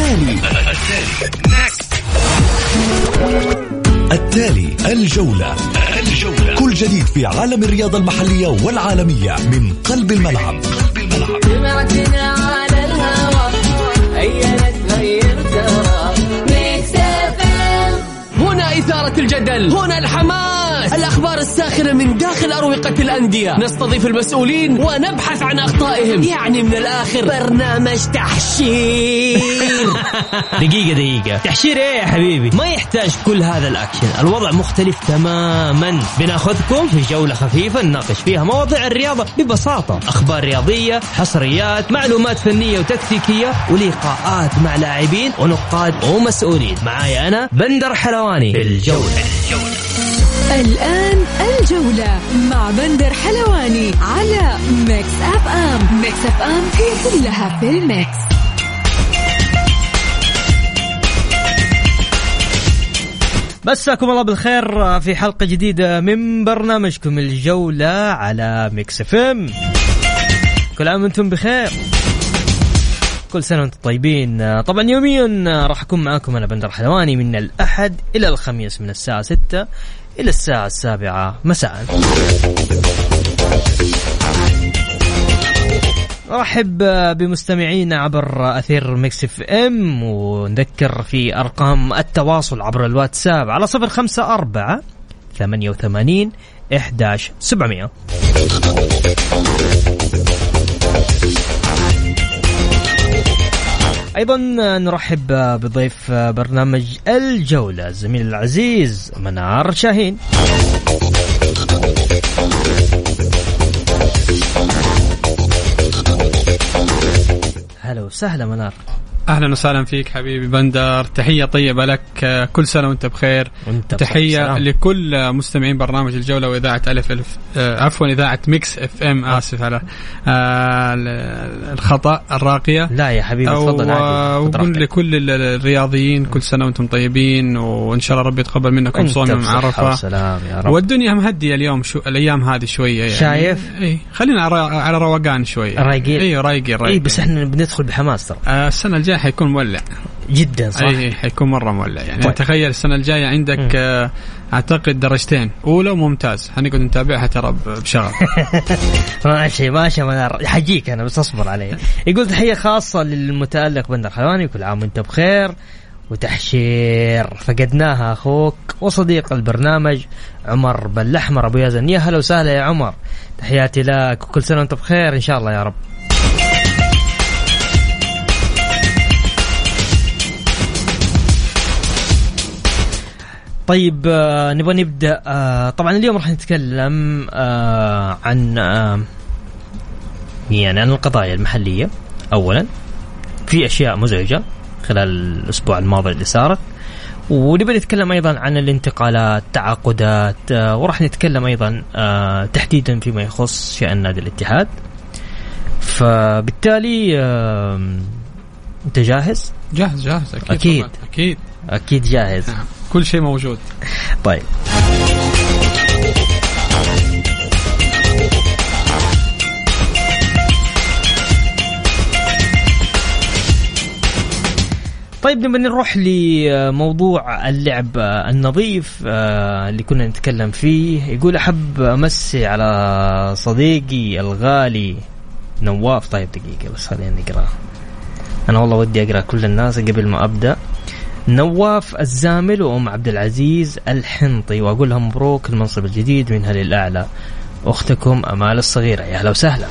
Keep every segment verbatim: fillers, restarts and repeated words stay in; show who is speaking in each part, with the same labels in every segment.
Speaker 1: التالي التالي الجولة. الجولة كل جديد في عالم الرياضة المحلية والعالمية من قلب الملعب.
Speaker 2: هنا إثارة الجدل، هنا الحماس، الأخبار الساخنة من داخل أروقة الأندية، نستضيف المسؤولين ونبحث عن أخطائهم، يعني من الآخر برنامج تحشير.
Speaker 3: دقيقة دقيقة، تحشير إيه يا حبيبي؟ ما يحتاج كل هذا الأكشن، الوضع مختلف تماما. بناخذكم في جولة خفيفة نناقش فيها مواضيع الرياضة ببساطة، أخبار رياضية، حصريات، معلومات فنية وتكتيكية، ولقاءات مع لاعبين ونقاد ومسؤولين. معايا أنا بندر حلواني. الجولة.
Speaker 4: الآن الجولة مع بندر حلواني على ميكس أف أم. ميكس أف أم هي كلها في الميكس.
Speaker 3: مساكم الله بالخير في حلقة جديدة من برنامجكم الجولة على ميكس أف أم. كل عام وانتم بخير، كل سنة وانتم طيبين. طبعا يوميا راح أكون معاكم أنا بندر حلواني من الأحد إلى الخميس من الساعة ستة إلى الساعة السابعة مساء. أرحب بمستمعين عبر أثير ميكس اف ام، ونذكر في أرقام التواصل عبر الواتساب على صفر خمسة أربعة ثمانية وثمانين إحداش سبعمية. أيضا نرحب بضيف برنامج الجولة الزميل العزيز منار شاهين. هلا وسهلا منار.
Speaker 5: أهلا وسهلا فيك حبيبي بندر، تحية طيبة لك، كل سنة وانت بخير. وانت تحية بخير. لكل مستمعين برنامج الجولة وإذاعة ألف ألف آه عفوا إذاعة ميكس اف ام. آسف على آه الخطأ الراقية.
Speaker 3: لا يا حبيبي تفضل عادي.
Speaker 5: وقل لكل الرياضيين كل سنة وانتم طيبين، وإن شاء الله ربي يتقبل منكم صوم عرفة. والدنيا مهدية اليوم شو الأيام هذه شوية يعني.
Speaker 3: شايف؟
Speaker 5: إيه خلينا على روقان شوية.
Speaker 3: رايقين.
Speaker 5: إيه رايقين رايقين.
Speaker 3: إيه بس إحنا بندخل بحماس ترى.
Speaker 5: آه السنة الجاية حيكون مولع
Speaker 3: جدا صح.
Speaker 5: اي حيكون مره مولع يعني. طيب. تخيل السنه الجايه عندك آه اعتقد درجتين، اولى وممتاز، هنقعد نتابعها ترى بشغف.
Speaker 3: ماشي ماشي منار، حجيك انا بس اصبر علي. يقول تحيه خاصه للمتالق بندر حلواني، كل عام وانت بخير. وتحشير فقدناها اخوك وصديق البرنامج عمر بالأحمر ابو يزن. يا هلا وسهلا يا عمر، تحياتي لك وكل سنه وانت بخير ان شاء الله يا رب. طيب آه نبغى نبدأ. آه طبعا اليوم راح نتكلم آه عن آه يعني عن القضايا المحلية. أولا في أشياء مزعجة خلال الأسبوع الماضي اللي صارت، ونبغى نتكلم أيضا عن الانتقالات، تعاقدات، آه وراح نتكلم أيضا آه تحديدا فيما يخص شأن نادي الاتحاد. فبالتالي آه أنت جاهز؟
Speaker 5: جاهز جاهز أكيد
Speaker 3: أكيد
Speaker 5: أكيد,
Speaker 3: أكيد جاهز.
Speaker 5: نعم. كل شيء موجود.
Speaker 3: طيب طيب نبي نروح لموضوع اللعب النظيف اللي كنا نتكلم فيه. يقول أحب أمسي على صديقي الغالي نواف. طيب دقيقة بس خلينا نقرأ، أنا والله ودي أقرأ كل الناس قبل ما أبدأ. نواف الزامل وأم عبد العزيز الحنطي، وأقول لهم مبروك المنصب الجديد منها للأعلى. أختكم أمال الصغيرة. يا هلا وسهلا.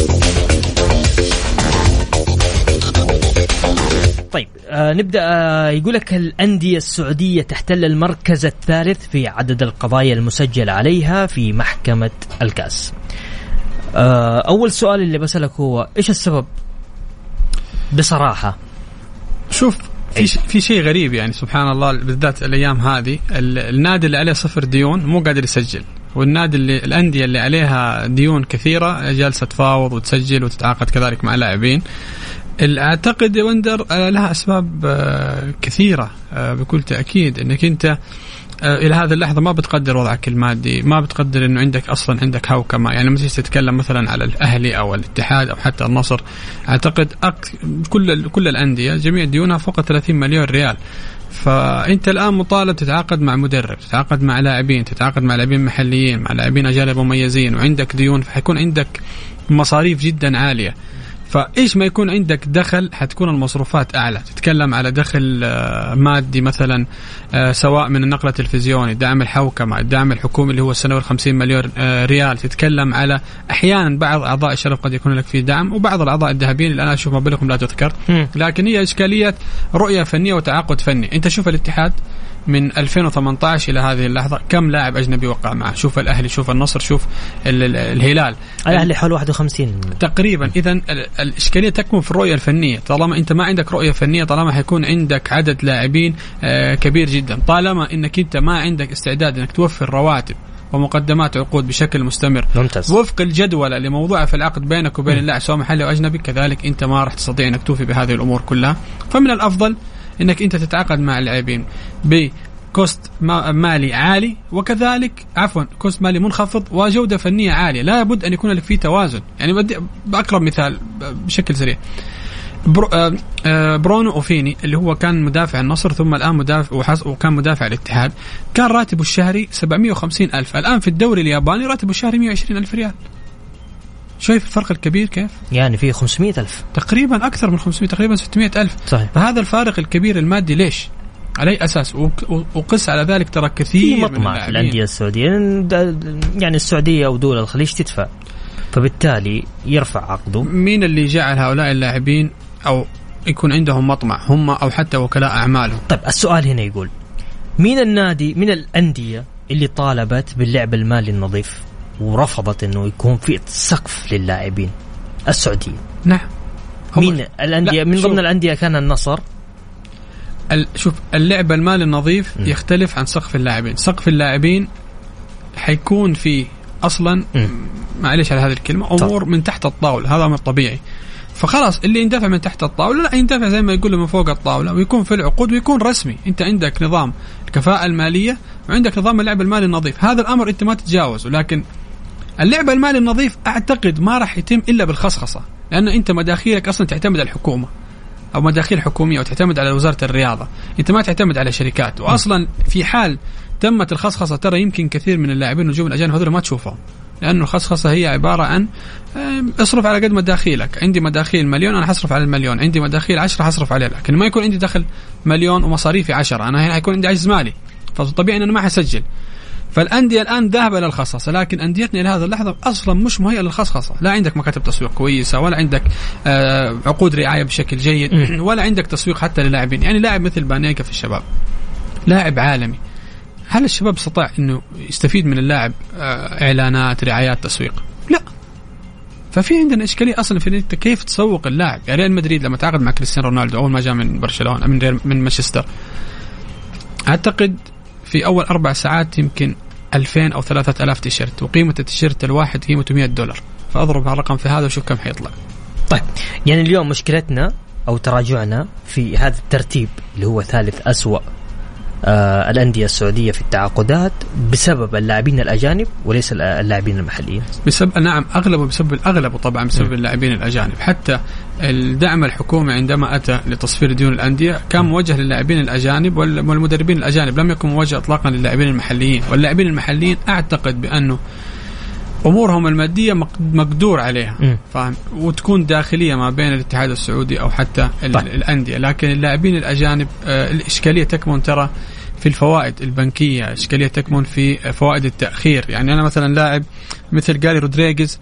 Speaker 3: طيب آه نبدأ. آه يقول لك الأندية السعودية تحتل المركز الثالث في عدد القضايا المسجلة عليها في محكمة الكاس. آه أول سؤال اللي بسألك هو إيش السبب بصراحة؟
Speaker 5: شوف في في شيء غريب يعني سبحان الله، بالذات الأيام هذه النادي اللي عليه صفر ديون مو قادر يسجل، والنادي اللي الأندية اللي عليها ديون كثيرة جالسة تفاوض وتسجل وتتعاقد كذلك مع لاعبين. أعتقد يا وندر لها أسباب كثيرة بكل تأكيد، إنك أنت إلى هذه اللحظة ما بتقدر وضعك المادي، ما بتقدر إنه عندك أصلا عندك هوكمة. يعني لما تتكلم مثلا على الأهلي أو الاتحاد أو حتى النصر، أعتقد أك... كل كل الأندية جميع ديونها فوق ثلاثين مليون ريال. فأنت الآن مطالب تتعاقد مع مدرب، تتعاقد مع لاعبين، تتعاقد مع لاعبين محليين، مع لاعبين أجانب مميزين، وعندك ديون، فحيكون عندك مصاريف جدا عالية. فإيش ما يكون عندك دخل حتكون المصروفات أعلى. تتكلم على دخل مادي مثلا سواء من النقل التلفزيوني، دعم الحوكمة، الدعم الحكومي اللي هو السنوي خمسين مليون ريال. تتكلم على أحيانا بعض أعضاء الشرف قد يكون لك فيه دعم، وبعض الأعضاء الذهبيين اللي أنا أشوف مبالغهم لا تذكر، لكن هي إشكالية رؤية فنية وتعاقد فني. أنت شوف الاتحاد من ألفين وثمانية عشر إلى هذه اللحظة كم لاعب أجنبي وقع معه. شوف الأهلي، شوف النصر، شوف الهلال.
Speaker 3: الأهلي حول واحد وخمسين
Speaker 5: تقريبا. إذن الإشكالية تكمن في الرؤية الفنية. طالما أنت ما عندك رؤية فنية، طالما حيكون عندك عدد لاعبين كبير جدا، طالما أنك أنت ما عندك استعداد أنك توفر رواتب ومقدمات عقود بشكل مستمر
Speaker 3: ممتاز.
Speaker 5: وفق الجدول اللي موضوعه في العقد بينك وبين اللاعب سواء محلي أو أجنبي، كذلك أنت ما راح تستطيع أنك توفي بهذه الأمور كلها. فمن الأفضل أنك أنت تتعاقد مع اللاعبين بكوست مالي عالي، وكذلك عفوا كوست مالي منخفض وجودة فنية عالية. لا بد أن يكون لك فيه توازن. يعني بدي بأقرب مثال بشكل سريع، برو برونو أوفيني اللي هو كان مدافع النصر ثم الآن مدافع وكان مدافع الاتحاد، كان راتبه الشهري سبعمائة وخمسين ألف، الآن في الدوري الياباني راتبه الشهري مئة وعشرين ألف ريال. شايف الفرق الكبير كيف؟
Speaker 3: يعني فيه خمسمائة ألف تقريبا،
Speaker 5: أكثر من خمسمائة، تقريبا ستمائة ألف.
Speaker 3: صحيح.
Speaker 5: فهذا الفارق الكبير المادي ليش؟ على أي أساس؟ وقس على ذلك ترى كثير
Speaker 3: من اللاعبين في الأندية السعودية، يعني السعودية ودول الخليج تدفع، فبالتالي يرفع عقده.
Speaker 5: مين اللي جعل هؤلاء اللاعبين أو يكون عندهم مطمع، هم أو حتى وكلاء أعمالهم؟
Speaker 3: طيب السؤال هنا يقول مين النادي من الأندية اللي طالبت باللعب المالي النظيف ورفضت إنه يكون في سقف للاعبين؟ السعودية.
Speaker 5: نعم.
Speaker 3: مين الأندية؟ من ضمن الأندية كان النصر.
Speaker 5: شوف اللعب المالي النظيف م. يختلف عن سقف اللاعبين. سقف اللاعبين حيكون في أصلا معليش على هذه الكلمة أمور طب. من تحت الطاولة، هذا أمر طبيعي. فخلاص اللي يندفع من تحت الطاولة لا يندفع زي ما يقول من فوق الطاولة، ويكون في العقود ويكون رسمي. انت عندك نظام الكفاءة المالية وعندك نظام اللعب المالي النظيف، هذا الأمر انت ما تتجاوزه. لكن اللعب المالي النظيف أعتقد ما راح يتم إلا بالخصخصة، لأن انت مداخيلك أصلا تعتمد على الحكومة أو مداخيل حكومية وتعتمد على وزارة الرياضة، انت ما تعتمد على شركات. وأصلا في حال تمت الخصخصة ترى يمكن كثير من اللاعبين نجوم الأجانب هذول ما تشوفهم، لأنه الخصخصة هي عبارة عن اصرف على قد مداخيلك. عندي مداخيل مليون أنا حصرف على المليون، عندي مداخيل عشرة حصرف عليه، لكن ما يكون عندي دخل مليون ومصاريفي عشرة، أنا هنا هيكون عندي عجز مالي، فطبيعي أن أنا ما حسجل. فالأندية الآن ذهب إلى الخصخصة، لكن أنديتنا إلى هذه اللحظة أصلا مش مهيئة للخصخصة. لا عندك مكاتب تسويق كويسة، ولا عندك عقود رعاية بشكل جيد، ولا عندك تسويق حتى للاعبين. يعني لاعب مثل بانيكا في الشباب لاعب عالمي، هل الشباب استطاع إنه يستفيد من اللاعب إعلانات رعايات تسويق؟ لا. ففي عندنا إشكالية أصلا في كيف تسوق اللاعب. يعني ريال مدريد لما تعاقد مع كريستيانو رونالدو أول ما جاء من برشلونة من من مانشستر، أعتقد في أول أربع ساعات يمكن ألفين أو ثلاثة آلاف تيشيرت، وقيمة التيشيرت الواحد قيمته مئة دولار. فأضرب هالرقم في هذا وشوف كم حيطلع.
Speaker 3: طيب يعني اليوم مشكلتنا أو تراجعنا في هذا الترتيب اللي هو ثالث أسوأ آه الأندية السعودية في التعاقدات بسبب اللاعبين الأجانب وليس اللاعبين المحليين.
Speaker 5: بسبب نعم أغلبه بسبب الأغلب طبعا بسبب م. اللاعبين الأجانب. حتى الدعم الحكومي عندما أتى لتصفير ديون الأندية كان موجه للاعبين الأجانب والمدربين الأجانب، لم يكن موجه إطلاقا للاعبين المحليين. واللاعبين المحليين أعتقد بأنه أمورهم المادية مقدور عليها، فاهم، وتكون داخلية ما بين الاتحاد السعودي أو حتى طيب. الأندية. لكن اللاعبين الأجانب آه الإشكالية تكمن ترى في الفوائد البنكية، إشكالية تكمن في فوائد التأخير. يعني أنا مثلا لاعب مثل جاري رودريغيز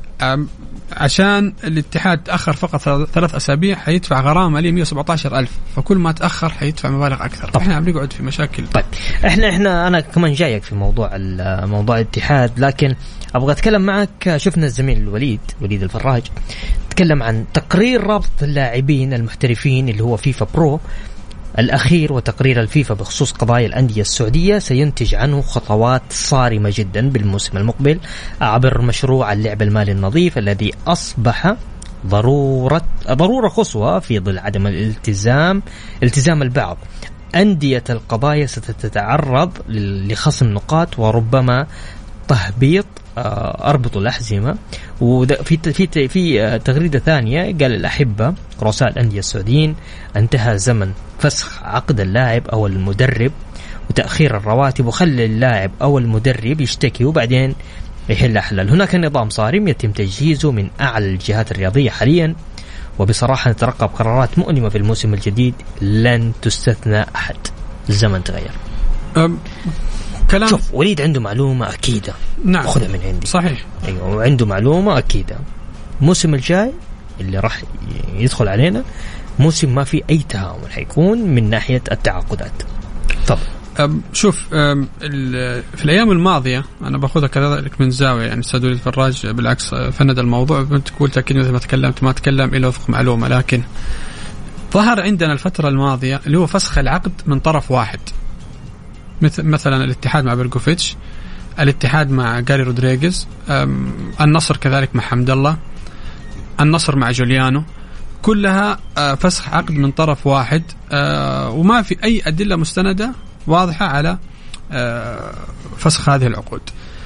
Speaker 5: عشان الاتحاد تأخر فقط ثلاث أسابيع حيدفع غرامة مالية مئة وسبعة عشر ألف، فكل ما تأخر حيدفع مبالغ أكثر. طيب. إحنا بنقعد في مشاكل.
Speaker 3: طيب إحنا إحنا أنا كمان جايك في موضوع موضوع الاتحاد، لكن أبغى أتكلم معك. شفنا الزميل الوليد وليد الفراج تكلم عن تقرير رابطة اللاعبين المحترفين اللي هو فيفا برو الأخير، وتقرير الفيفا بخصوص قضايا الأندية السعودية سينتج عنه خطوات صارمة جدا بالموسم المقبل عبر مشروع اللعب المالي النظيف الذي أصبح ضرورة ضرورة قصوى في ظل عدم الالتزام التزام البعض أندية القضايا ستتعرض لخصم نقاط وربما تهبيط أربط الأحزمة. وفي في في تغريدة ثانية قال الأحبة رؤساء الأندية السعوديين انتهى زمن فسخ عقد اللاعب أو المدرب وتأخير الرواتب وخلي اللاعب أو المدرب يشتكي وبعدين يحل حلال. هناك نظام صارم يتم تجهيزه من أعلى الجهات الرياضية حاليا، وبصراحة نترقب قرارات مؤلمة في الموسم الجديد لن تستثنى أحد. الزمن تغير.
Speaker 5: كلام
Speaker 3: شوف وليد عنده معلومة أكيدة،
Speaker 5: نعم
Speaker 3: خذها من عندي.
Speaker 5: صحيح.
Speaker 3: أيوة وعنده معلومة أكيدة. الموسم الجاي اللي راح يدخل علينا موسم ما في أي تهاون حيكون من ناحية التعاقدات. طب
Speaker 5: شوف في الأيام الماضية أنا باخذها كذلك من زاوية، يعني أستاذ وليد فراج بالعكس فند الموضوع، بتقول تأكيد مثل ما تكلمت ما تكلم إلا وفق معلومة، لكن ظهر عندنا الفترة الماضية اللي هو فسخ العقد من طرف واحد، مثل مثلا الاتحاد مع بيرغوفيتش، الاتحاد مع جاري رودريغيز، النصر كذلك مع حمد الله، النصر مع جوليانو، كلها فسخ عقد من طرف واحد وما في أي أدلة مستندة واضحة على فسخ هذه العقود.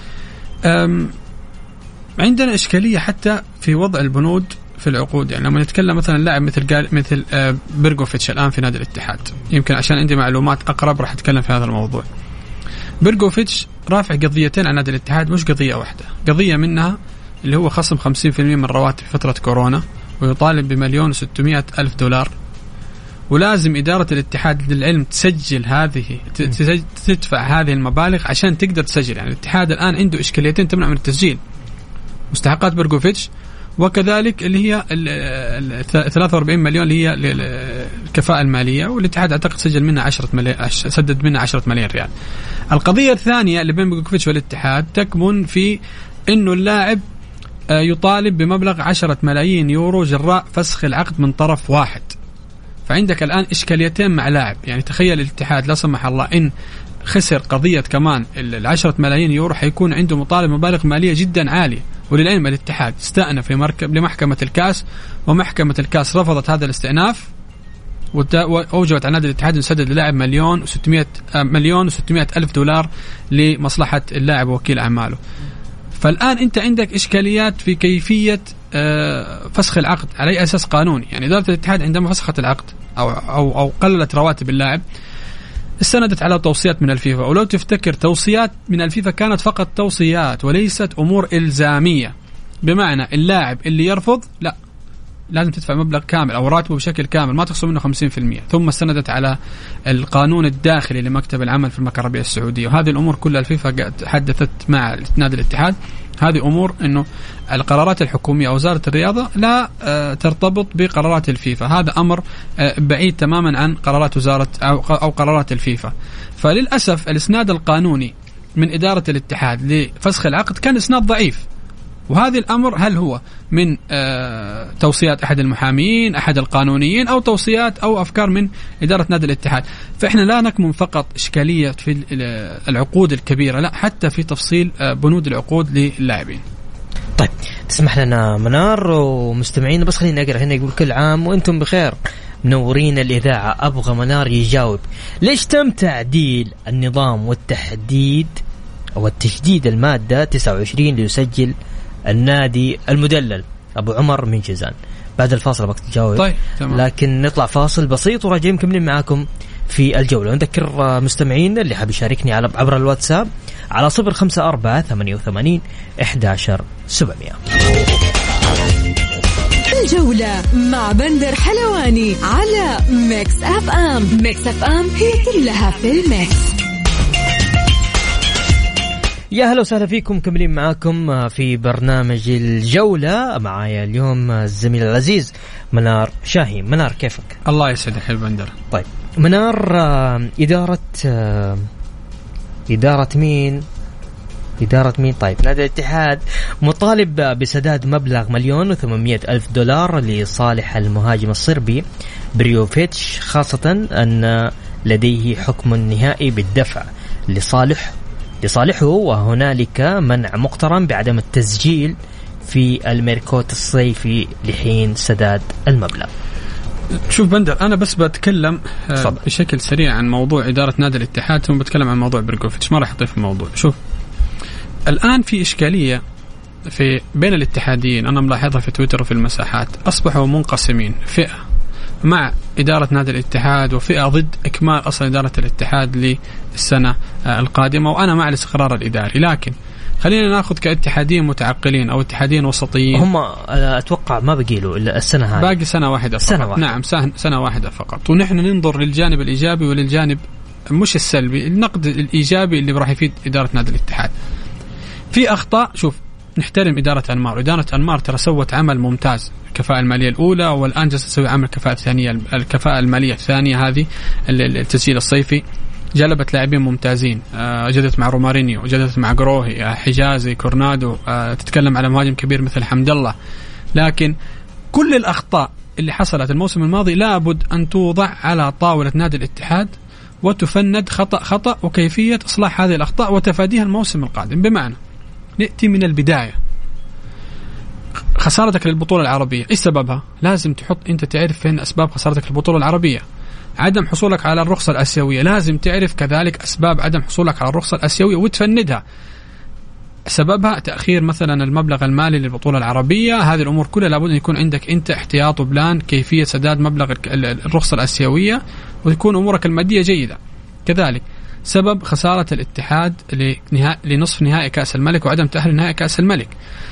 Speaker 5: عندنا إشكالية حتى في وضع البنود في العقود، يعني لما نتكلم مثلا لاعب مثل قال مثل بيرغوفيتش الآن في نادي الاتحاد، يمكن عشان عندي معلومات أقرب راح أتكلم في هذا الموضوع. بيرغوفيتش رافع قضيتين عن نادي الاتحاد، مش قضية واحدة، قضية منها اللي هو خصم خمسين بالمئة من رواتب فترة كورونا ويطالب بمليون وستمائة ألف دولار، ولازم إدارة الاتحاد للعلم تسجل هذه تدفع هذه المبالغ عشان تقدر تسجل. يعني الاتحاد الآن عنده إشكاليتين تمنع من التسجيل، مستحقات بيرغوفيتش وكذلك اللي هي ال ثلاثة وأربعين مليون اللي هي الكفاءة المالية، والاتحاد أعتقد سجل منها عشرة مليون، سدد منها عشرة مليون ريال. القضية الثانية اللي بين بيرغوفيتش والاتحاد تكمن في إنه اللاعب يطالب بمبلغ عشرة ملايين يورو جراء فسخ العقد من طرف واحد. فعندك الآن إشكاليتين مع لاعب، يعني تخيل الاتحاد لا سمح الله إن خسر قضية كمان العشرة ملايين يورو حيكون عنده مطالب مبالغ مالية جدا عالية. وللعلم الاتحاد استأنف في مركب لمحكمة الكاس، ومحكمة الكاس رفضت هذا الاستئناف وأوجبت على نادي الاتحاد يسدد للاعب مليون وستمائة مليون وستمائة ألف دولار لمصلحة اللاعب ووكيل أعماله. فالآن أنت عندك إشكاليات في كيفية فسخ العقد على أي أساس قانوني. يعني إدارة الاتحاد عندما فسخت العقد أو أو أو قللت رواتب اللاعب استندت على توصيات من الفيفا، ولو تفتكر توصيات من الفيفا كانت فقط توصيات وليست أمور إلزامية، بمعنى اللاعب اللي يرفض لا لازم تدفع مبلغ كامل أو راتبه بشكل كامل ما تخصم منه خمسين بالمئة. ثم استندت على القانون الداخلي لمكتب العمل في المملكة العربية السعودية، وهذه الأمور كلها الفيفا حدثت مع نادي الاتحاد. هذه أمور إنه القرارات الحكومية أو وزارة الرياضة لا ترتبط بقرارات الفيفا، هذا أمر بعيد تماما عن قرارات وزارة أو قرارات الفيفا. فللأسف الإسناد القانوني من إدارة الاتحاد لفسخ العقد كان إسناد ضعيف، وهذا الأمر هل هو من توصيات أحد المحامين أحد القانونيين أو توصيات أو أفكار من إدارة نادي الاتحاد. فإحنا لا نكمن فقط إشكالية في العقود الكبيرة، لا حتى في تفصيل بنود العقود للاعبين.
Speaker 3: طيب تسمح لنا منار ومستمعين بس خلينا نقرأ هنا، يقول كل عام وأنتم بخير منورين الإذاعة. أبغى منار يجاوب ليش تم تعديل النظام والتحديد أو التشديد المادة تسعة وعشرين ليسجل النادي المدلل أبو عمر من جيزان؟ بعد الفاصل بقى تجاوب.
Speaker 5: طيب
Speaker 3: لكن نطلع فاصل بسيط وراجعين مكملين معاكم في الجولة. ونذكر مستمعين اللي حاب يشاركني على عبر الواتساب على صفر خمسة أربعة ثمانية وثمانين أحد عشر سبعمية.
Speaker 4: الجولة مع بندر حلواني على ميكس أف أم. ميكس أف أم هي كلها في الميكس.
Speaker 3: يا هلا وسهلا فيكم، مكملين معاكم في برنامج الجولة. معايا اليوم الزميل العزيز منار شاهين. منار كيفك؟
Speaker 5: الله يسعدك يا بندر.
Speaker 3: طيب منار، إدارة إدارة مين إدارة مين طيب نادي الاتحاد مطالب بسداد مبلغ مليون وثمانمائة ألف دولار لصالح المهاجم الصربي بريوفيتش، خاصة أن لديه حكم نهائي بالدفع لصالح لصالحه وهنالك منع مقترن بعدم التسجيل في الميركوت الصيفي لحين سداد المبلغ.
Speaker 5: شوف بندر، أنا بس بتكلم بشكل سريع عن موضوع إدارة نادي الاتحاد، ثم بتكلم عن موضوع برغوفيتش، ما راح أضيف الموضوع. شوف الآن في إشكالية في بين الاتحاديين، أنا ملاحظها في تويتر وفي المساحات، أصبحوا منقسمين، فئة مع إدارة نادي الاتحاد وفئة ضد إكمال أصل إدارة الاتحاد للسنة القادمة، وأنا مع الاستقرار الإداري. لكن خلينا ناخذ كاتحاديين متعقلين أو اتحاديين وسطيين،
Speaker 3: هم أتوقع ما بقي له إلا السنة هذه،
Speaker 5: باقي سنة واحدة فقط.
Speaker 3: سنة واحدة.
Speaker 5: نعم سنة واحدة فقط، ونحن ننظر للجانب الإيجابي وللجانب مش السلبي، النقد الإيجابي اللي راح يفيد إدارة نادي الاتحاد. في أخطاء، شوف نحترم إدارة أنمار، إدارة أنمار ترى سوت عمل ممتاز، الكفاءة المالية الأولى، والآن جالسة تسوي عمل الكفاءة الثانية، الكفاءة المالية الثانية هذه التسجيل الصيفي، جلبت لاعبين ممتازين، جدت مع رومارينيو، جدت مع قروهي، حجازي، كورنادو، تتكلم على مهاجم كبير مثل حمد الله. لكن كل الأخطاء اللي حصلت الموسم الماضي لابد أن توضع على طاولة نادي الاتحاد وتفند خطأ خطأ وكيفية إصلاح هذه الأخطاء وتفاديها الموسم القادم. بمعنى نأتي من البداية، خسارتك للبطولة العربية إيش سببها؟ لازم تحط أنت تعرف فين أسباب خسارتك للبطولة العربية. عدم حصولك على الرخصة الآسيوية، لازم تعرف كذلك أسباب عدم حصولك على الرخصة الآسيوية وتفندها. سببها تأخير مثلا المبلغ المالي للبطولة العربية، هذه الأمور كلها لابد أن يكون عندك أنت احتياط وبلان كيفية سداد مبلغ الرخصة الآسيوية، وتكون أمورك المادية جيدة. كذلك سبب خسارة الاتحاد لنصف نهائي كأس الملك وعدم تأهل نهائي كأس الملك،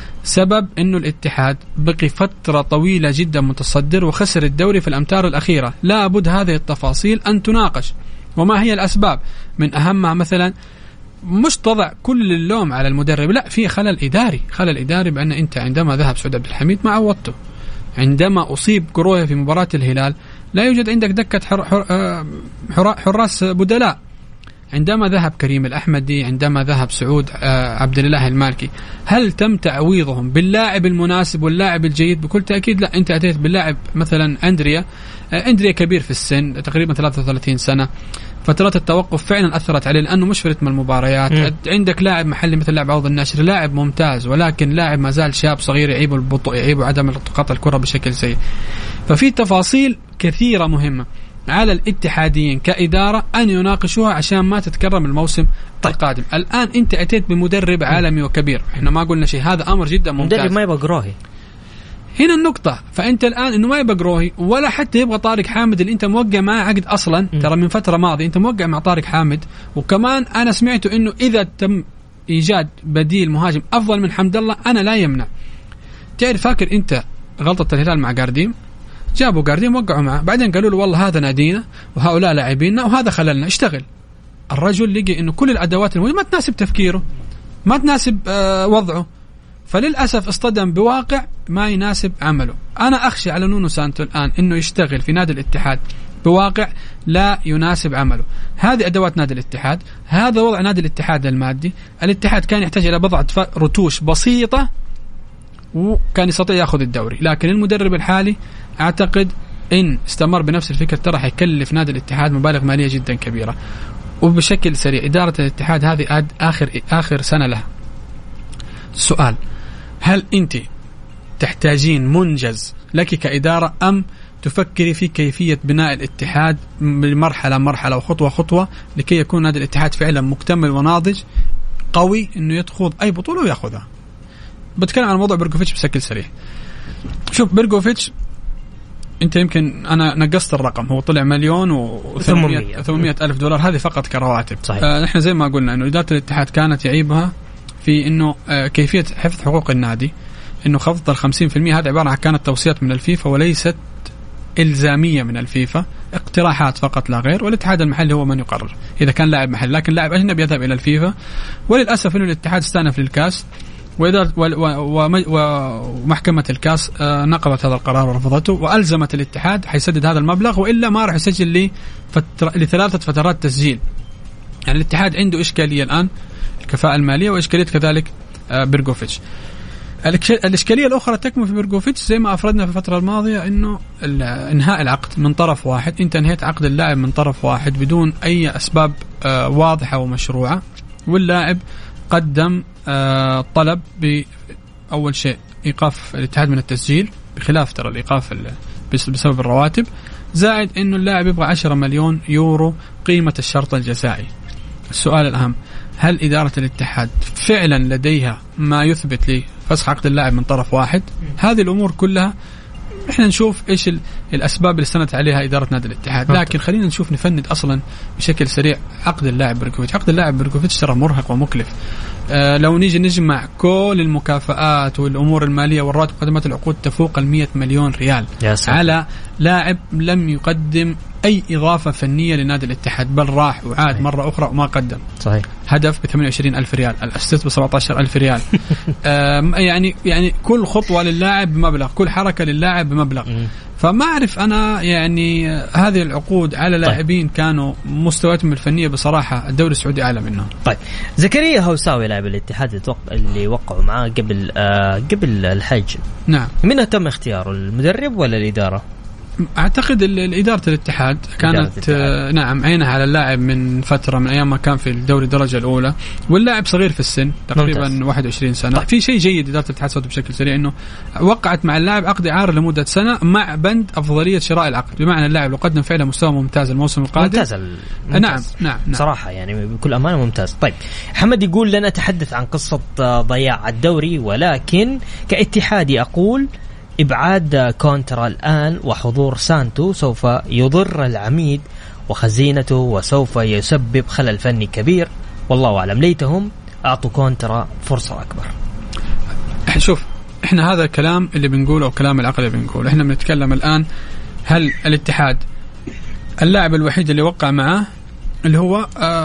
Speaker 5: سبب أنه الاتحاد بقي فترة طويلة جدا متصدر وخسر الدوري في الأمتار الأخيرة. لابد هذه التفاصيل أن تناقش، وما هي الأسباب؟ من أهمها مثلا مش تضع كل اللوم على المدرب، لا، في خلل إداري، خلل إداري بأن أنت عندما ذهب سعود عبد الحميد ما عوضته، عندما أصيب قرويه في مباراة الهلال لا يوجد عندك دكة حر حر حر حراس بدلاء، عندما ذهب كريم الأحمدي، عندما ذهب سعود عبد الله المالكي، هل تم تعويضهم باللاعب المناسب واللاعب الجيد؟ بكل تأكيد لا. أنت أتيت باللاعب مثلا أندريا، أندريا كبير في السن تقريبا ثلاثة وثلاثين سنة، فترات التوقف فعلا أثرت عليه لأنه مش في رتم المباريات. م. عندك لاعب محلي مثل لاعب عوض الناشر، لاعب ممتاز ولكن لاعب ما زال شاب صغير، يعيب البطء، يعيب عدم التقاط الكرة بشكل سيء. ففي تفاصيل كثيرة مهمة على الاتحاديين كإدارة أن يناقشوها عشان ما تتكرر الموسم طيب. القادم. الآن أنت أتيت بمدرب عالمي وكبير، إحنا ما قلنا شيء، هذا أمر جدا ممتاز.
Speaker 3: مدرب ما يبغى قروهي،
Speaker 5: هنا النقطة. فأنت الآن إنه ما يبغى قروهي ولا حتى يبغى طارق حامد اللي أنت موقع معه عقد أصلا، م. ترى من فترة ماضية أنت موقع مع طارق حامد، وكمان أنا سمعته إنه إذا تم إيجاد بديل مهاجم أفضل من حمد الله أنا لا يمنع. تعرف فاكر أنت غلطة الهلال مع جارديم؟ جابوا جارديم وقعوا معه، بعدين قالوا له والله هذا نادينا وهؤلاء لاعبيننا وهذا خللنا، اشتغل. الرجل لقي إنه كل الأدوات الموجودة ما تناسب تفكيره، ما تناسب آه وضعه، فللأسف اصطدم بواقع ما يناسب عمله. أنا أخشى على نونو سانتو الآن إنه يشتغل في نادي الاتحاد بواقع لا يناسب عمله. هذه أدوات نادي الاتحاد، هذا وضع نادي الاتحاد المادي. الاتحاد كان يحتاج إلى بضعة رتوش بسيطة وكان يستطيع يأخذ الدوري، لكن المدرب الحالي أعتقد إن استمر بنفس الفكرة ترى حيكلف نادي الاتحاد مبالغ مالية جدا كبيرة. وبشكل سريع إدارة الاتحاد هذه آخر آخر سنة لها. السؤال، هل أنت تحتاجين منجز لك كإدارة أم تفكري في كيفية بناء الاتحاد مرحلة مرحلة وخطوة خطوة لكي يكون نادي الاتحاد فعلا مكتمل وناضج قوي إنه يدخل أي بطولة ويأخذها؟ بتكلم عن موضوع برغوفيتش بشكل سريع. شوف برغوفيتش، أنت يمكن أنا نقصت الرقم، هو طلع مليون وثمانمائة ألف دولار، هذه فقط كرواتب. آه نحن زي ما قلنا إنه إدارة الاتحاد كانت يعيبها في إنه آه كيفية حفظ حقوق النادي، إنه خفض الخمسين في المئة هذا عبارة عن كانت توصيات من الفيفا وليست إلزامية من الفيفا، اقتراحات فقط لا غير، والاتحاد المحلي هو من يقرر إذا كان لاعب محلي، لكن لاعب أجنبي يذهب إلى الفيفا. وللأسف إنه الاتحاد استأنف للكاس، وإدارة ومحكمة الكاس نقضت هذا القرار ورفضته وألزمت الاتحاد حيسدد هذا المبلغ، وإلا ما راح يسجل لثلاثة فترات تسجيل. يعني الاتحاد عنده إشكالية الآن، الكفاءة المالية وإشكالية كذلك برغوفيتش. الإشكالية الأخرى تكمن في برغوفيتش زي ما أفردنا في الفترة الماضية، إنه إنهاء العقد من طرف واحد. أنت انهيت عقد اللاعب من طرف واحد بدون أي أسباب واضحة ومشروعة، واللاعب قدم آه طلب بأول شيء إيقاف الاتحاد من التسجيل، بخلاف ترى الإيقاف بسبب الرواتب. زائد انه اللاعب يبغى عشرة مليون يورو قيمة الشرط الجزائي. السؤال الأهم، هل إدارة الاتحاد فعلا لديها ما يثبت لي فسخ عقد اللاعب من طرف واحد؟ هذه الأمور كلها احنا نشوف ايش الاسباب اللي استندت عليها اداره نادي الاتحاد، لكن خلينا نشوف نفند اصلا بشكل سريع عقد اللاعب بركوفيتش. عقد اللاعب بركوفيتش ترى مرهق ومكلف. آه لو نيجي نجمع كل المكافآت والامور الماليه والراتب وخدمات العقود تفوق المية مليون ريال على لاعب لم يقدم اي اضافه فنيه لنادي الاتحاد، بل راح وعاد صحيح. مره اخرى وما قدم. صحيح. هدف ب ثمانية وعشرين ألف ريال، الاسيست ب سبعة عشر ألف ريال. يعني يعني كل خطوه للاعب بمبلغ، كل حركه للاعب بمبلغ. فما أعرف أنا يعني هذه العقود على لاعبين طيب. كانوا مستوياتهم الفنية بصراحة الدوري السعودي أعلى منهم.
Speaker 3: طيب زكريا هوساوي لاعب الاتحاد اللي وقعوا معاه قبل آه قبل الحج، نعم، من تم اختياره، المدرب ولا الإدارة؟
Speaker 5: أعتقد إدارة الاتحاد كانت الاتحاد. نعم عينها على اللاعب من فترة، من أيام ما كان في الدوري الدرجة الأولى، واللاعب صغير في السن تقريبا ممتاز. واحد وعشرين سنة. طيب. في شيء جيد إدارة الاتحاد السعودي بشكل سريع إنه وقعت مع اللاعب عقد إعارة لمدة سنة مع بند أفضلية شراء العقد، بمعنى اللاعب لو قدم فعلا مستوى ممتاز الموسم القادم
Speaker 3: ممتاز, ممتاز. نعم. نعم نعم صراحة يعني بكل أمانة ممتاز. طيب حمد يقول لن أتحدث عن قصة ضياع الدوري، ولكن كاتحادي أقول إبعاد كونترا الآن وحضور سانتو سوف يضر العميد وخزينته وسوف يسبب خلل فني كبير، والله أعلم. ليتهم أعطوا كونترا فرصة أكبر.
Speaker 5: شوف إحنا هذا الكلام اللي بنقوله أو كلام العقل اللي بنقوله، إحنا بنتكلم الآن هل الاتحاد اللاعب الوحيد اللي وقع معاه اللي هو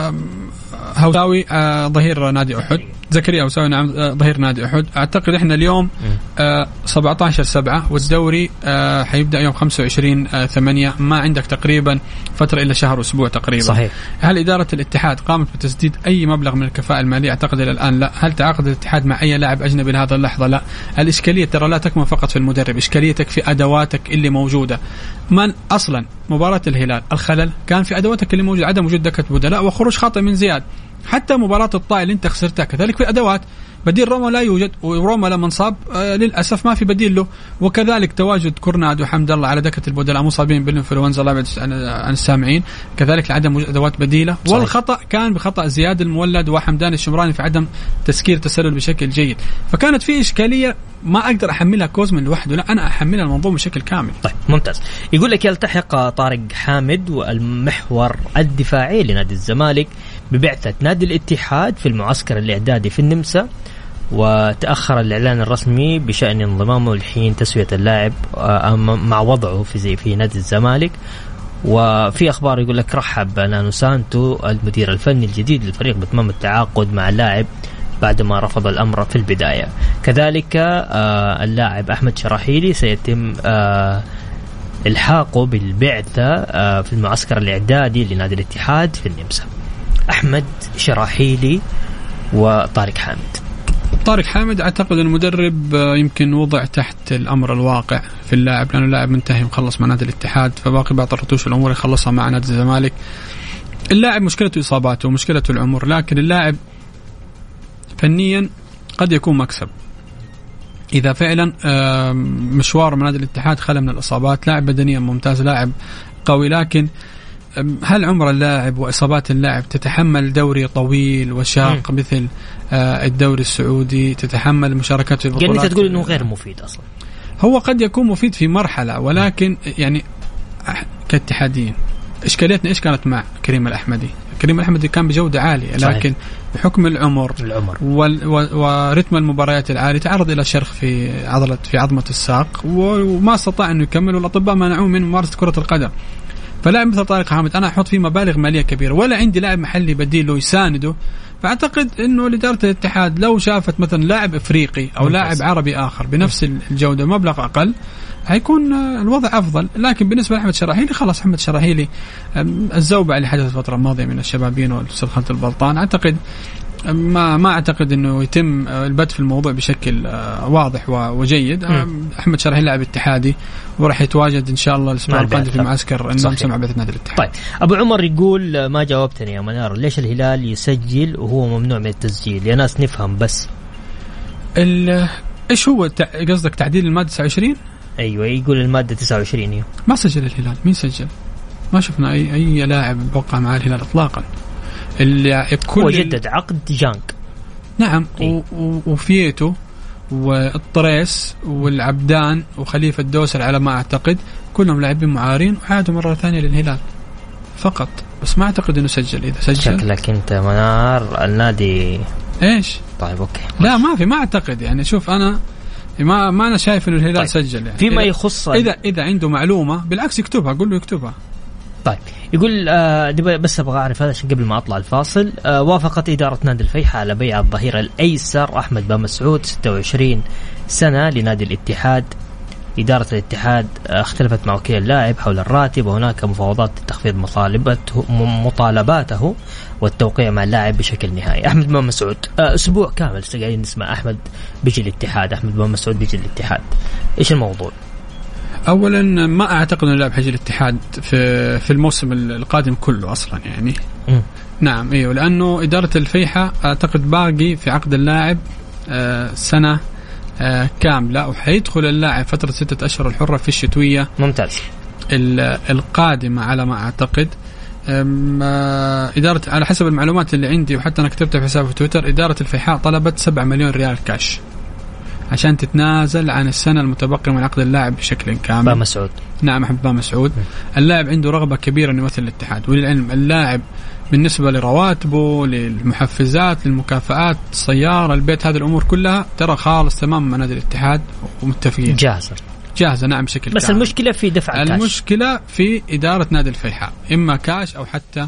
Speaker 5: هوساوي ظهير نادي أحد، زكريا هوساوي نعم ظهير نادي أحد. أعتقد إحنا اليوم آه سبعة عشر سبعة والدوري آه حيبدأ يوم خمسة وعشرين ثمانية، ما عندك تقريبا فترة إلا شهر أسبوع تقريبا. صحيح. هل إدارة الاتحاد قامت بتسديد أي مبلغ من الكفاءة المالية؟ أعتقد إلى الآن لا. هل تعاقد الاتحاد مع أي لاعب أجنبي لهذا اللحظة؟ لا. الإشكالية ترى لا تكمن فقط في المدرب، إشكاليتك في أدواتك اللي موجودة. من أصلا مباراة الهلال الخلل كان في أدواتك اللي موجودة، عدم وجود دكة بدلاء وخروج خاطئ من زياد. حتى مباراة الطائي اللي انت خسرتها كذلك في أدوات، بديل روما لا يوجد، وروما لما انصاب آه للأسف ما في بديل له، وكذلك تواجد كورناد وحمد الله على دكة البدلاء مصابين بالإنفلونزا الله يبعد عن السامعين، كذلك لعدم وجود أدوات بديلة. صحيح. والخطأ كان بخطأ زياد المولد وحمدان الشمراني في عدم تسكير تسلل بشكل جيد، فكانت في إشكالية ما أقدر أحملها كوزمن لوحده، لا أنا أحملها المنظومة بشكل كامل.
Speaker 3: طيب ممتاز. يقول لك يلتحق طارق حامد والمحور الدفاعي لنادي الزمالك ببعثة نادي الاتحاد في المعسكر الإعدادي في النمسا، وتأخر الإعلان الرسمي بشأن انضمامه لحين تسوية اللاعب مع وضعه في زي في نادي الزمالك. وفي أخبار يقول لك رحب نانو سانتو المدير الفني الجديد للفريق بتمام التعاقد مع اللاعب بعدما رفض الأمر في البداية. كذلك آه اللاعب أحمد شراحيلي سيتم آه الحاقه بالبعثة آه في المعسكر الإعدادي لنادي الاتحاد في النمسا. أحمد شراحيلي وطارق حامد.
Speaker 5: طارق حامد أعتقد المدرب يمكن وضع تحت الأمر الواقع في اللاعب، لأنه اللاعب منتهي مخلص مع نادي الاتحاد، فباقي بعض الرتوش الأمور يخلصها مع نادي الزمالك. اللاعب مشكلته إصاباته ومشكلته العمر، لكن اللاعب فنيا قد يكون مكسب إذا فعلا مشوار من نادي الاتحاد خلى من الإصابات. لاعب بدنيا ممتاز، لاعب قوي، لكن هل عمر اللاعب وإصابات اللاعب تتحمل دوري طويل وشاق م. مثل الدوري السعودي، تتحمل مشاركات في البطولات؟
Speaker 3: يعني تقول إنه غير مفيد أصلا.
Speaker 5: هو قد يكون مفيد في مرحلة، ولكن يعني كاتحاديين إشكاليتنا إيش كانت مع كريم الأحمدي؟ كريم الأحمدي كان بجودة عالية، لكن صحيح. بحكم العمر, العمر. ورتم المباريات العالي تعرض إلى شرخ في عضلة في عظمة الساق، وما استطاع أنه يكمل، والأطباء منعوه من ممارسة كرة القدم. فلاعب مثل طارق حامد أنا أحط فيه مبالغ مالية كبيرة، ولا عندي لاعب محلي بديل له يسانده. فأعتقد إنه إدارة الاتحاد لو شافت مثلا لاعب إفريقي أو لاعب عربي آخر بنفس الجودة مبلغ أقل هيكون الوضع أفضل. لكن بالنسبة لأحمد شراحيلي خلاص، أحمد شراحيلي الزوبعة اللي حدثت الفترة الماضية من الشبابين والسلخنة البلطان، أعتقد ما ما أعتقد إنه يتم البدء في الموضوع بشكل واضح وجيد. م. أحمد شراحيلي لاعب اتحادي وراح يتواجد إن شاء الله الأسبوع القادم في معسكر النمسا مع بعثة نادي الاتحاد.
Speaker 3: طيب أبو عمر يقول ما جاوبتني يا منار، ليش الهلال يسجل وهو ممنوع من التسجيل؟ يا ناس نفهم بس.
Speaker 5: إيش هو قصدك تعديل المادة تسعة وعشرين؟
Speaker 3: ايوه يقول الماده تسعة وعشرين يوم.
Speaker 5: ما سجل الهلال. مين سجل؟ ما شفنا اي اي لاعب وقع مع الهلال اطلاقا. اللي كل
Speaker 3: هو جدد عقد جانك.
Speaker 5: نعم. وفيتو والطريس والعبدان وخليفه الدوسر على ما اعتقد كلهم لاعبين معارين وعادوا مره ثانيه للهلال فقط. بس ما اعتقد انه سجل. اذا سجل
Speaker 3: شكلك انت منار النادي
Speaker 5: ايش.
Speaker 3: طيب اوكي.
Speaker 5: لا ما في، ما اعتقد يعني. شوف انا ما ما انا شايف انه الهلال طيب. سجل يعني.
Speaker 3: فيما يخص
Speaker 5: اذا اذا عنده معلومه بالعكس يكتبها، قول له يكتبها.
Speaker 3: طيب يقول آه بس ابغى اعرف هذا عشان قبل ما اطلع الفاصل. آه وافقت اداره نادي الفيحاء على بيع الظهير الايسر احمد بن مسعود ستة وعشرين سنه لنادي الاتحاد. إدارة الاتحاد اختلفت مع وكيل اللاعب حول الراتب، وهناك مفاوضات لتخفيض مطالبته مطالباته والتوقيع مع اللاعب بشكل نهائي. أحمد بن مسعود أسبوع كامل قاعدين نسمع أحمد بيجي الاتحاد، أحمد بن مسعود بيجي الاتحاد. إيش الموضوع؟
Speaker 5: أولا ما أعتقد أن اللاعب حيجي الاتحاد في في الموسم القادم كله أصلا يعني. م. نعم أيوه، لأنه إدارة الفيحاء أعتقد باقي في عقد اللاعب آه سنة آه كاملة، وحيدخل اللاعب فترة ستة أشهر الحرة في الشتوية.
Speaker 3: ممتاز.
Speaker 5: القادمة على ما أعتقد. آه إدارة على حسب المعلومات اللي عندي وحتى أنا كتبتها في حسابي في تويتر، إدارة الفيحاء طلبت سبعة مليون ريال كاش عشان تتنازل عن السنة المتبقية من عقد اللاعب بشكل كامل.
Speaker 3: بن مسعود.
Speaker 5: نعم أحمد بن مسعود. اللاعب عنده رغبة كبيرة أن يمثل الاتحاد، وللعلم اللاعب بالنسبة لرواتبه للمحفزات للمكافآت السيارة البيت هذه الأمور كلها ترى خالص تمام مع نادي الاتحاد ومتفقين
Speaker 3: جاهزة
Speaker 5: جاهزة. نعم بشكل
Speaker 3: بس كامل. المشكلة في دفع الكاش.
Speaker 5: المشكلة في إدارة نادي الفيحاء، إما كاش أو حتى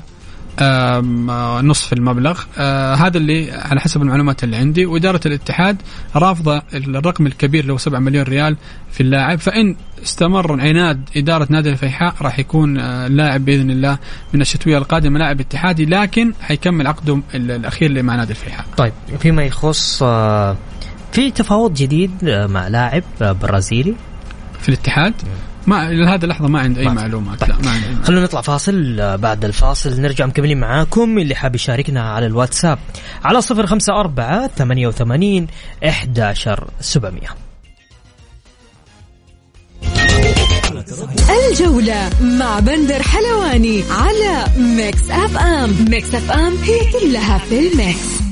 Speaker 5: نصف المبلغ. آه هذا اللي على حسب المعلومات اللي عندي. وإدارة الاتحاد رافضة الرقم الكبير اللي هو سبعة مليون ريال في اللاعب. فإن استمر عناد إدارة نادي الفيحاء راح يكون آه لاعب بإذن الله من الشتوية القادمة لاعب اتحادي، لكن حيكمل عقده الأخير اللي مع نادي الفيحاء.
Speaker 3: طيب فيما يخص آه في تفاوض جديد آه مع لاعب آه برازيلي
Speaker 5: في الاتحاد. ما لهذا اللحظة ما عندي أي معلومات. طيب. لا ما عندي.
Speaker 3: خلونا نطلع فاصل، بعد الفاصل نرجع مكملين معاكم. اللي حاب يشاركنا على الواتساب على صفر خمسة أربعة ثمانية وثمانين إحدى عشر سبعمية.
Speaker 4: الجولة مع بندر حلواني على ميكس أف أم. ميكس أف أم هي كلها في الميكس.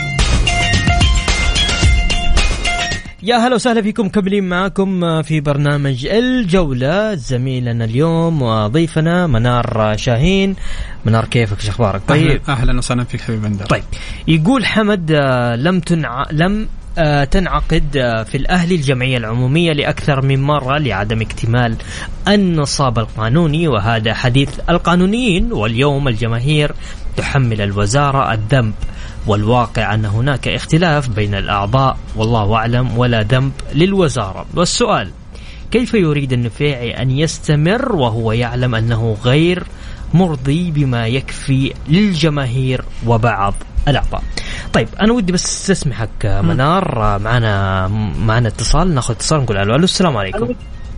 Speaker 3: يا هلا وسهلا فيكم، كملين معاكم في برنامج الجولة. زميلنا اليوم وضيفنا منار شاهين. منار كيفك، شو اخبارك؟
Speaker 5: طيب اهلا وسهلا فيك حبيبي بندر.
Speaker 3: طيب يقول حمد لم تنع... لم تنعقد في الأهلي الجمعية العمومية لأكثر من مرة لعدم اكتمال النصاب القانوني، وهذا حديث القانونيين، واليوم الجماهير تحمل الوزارة الذنب، والواقع أن هناك اختلاف بين الأعضاء والله أعلم ولا ذنب للوزارة. والسؤال كيف يريد النفيعي أن يستمر وهو يعلم أنه غير مرضي بما يكفي للجماهير وبعض الأعضاء؟ طيب أنا ودي بس استسمحك منار، معنا معنا اتصال، ناخذ اتصال نقول ألو. ألو السلام عليكم.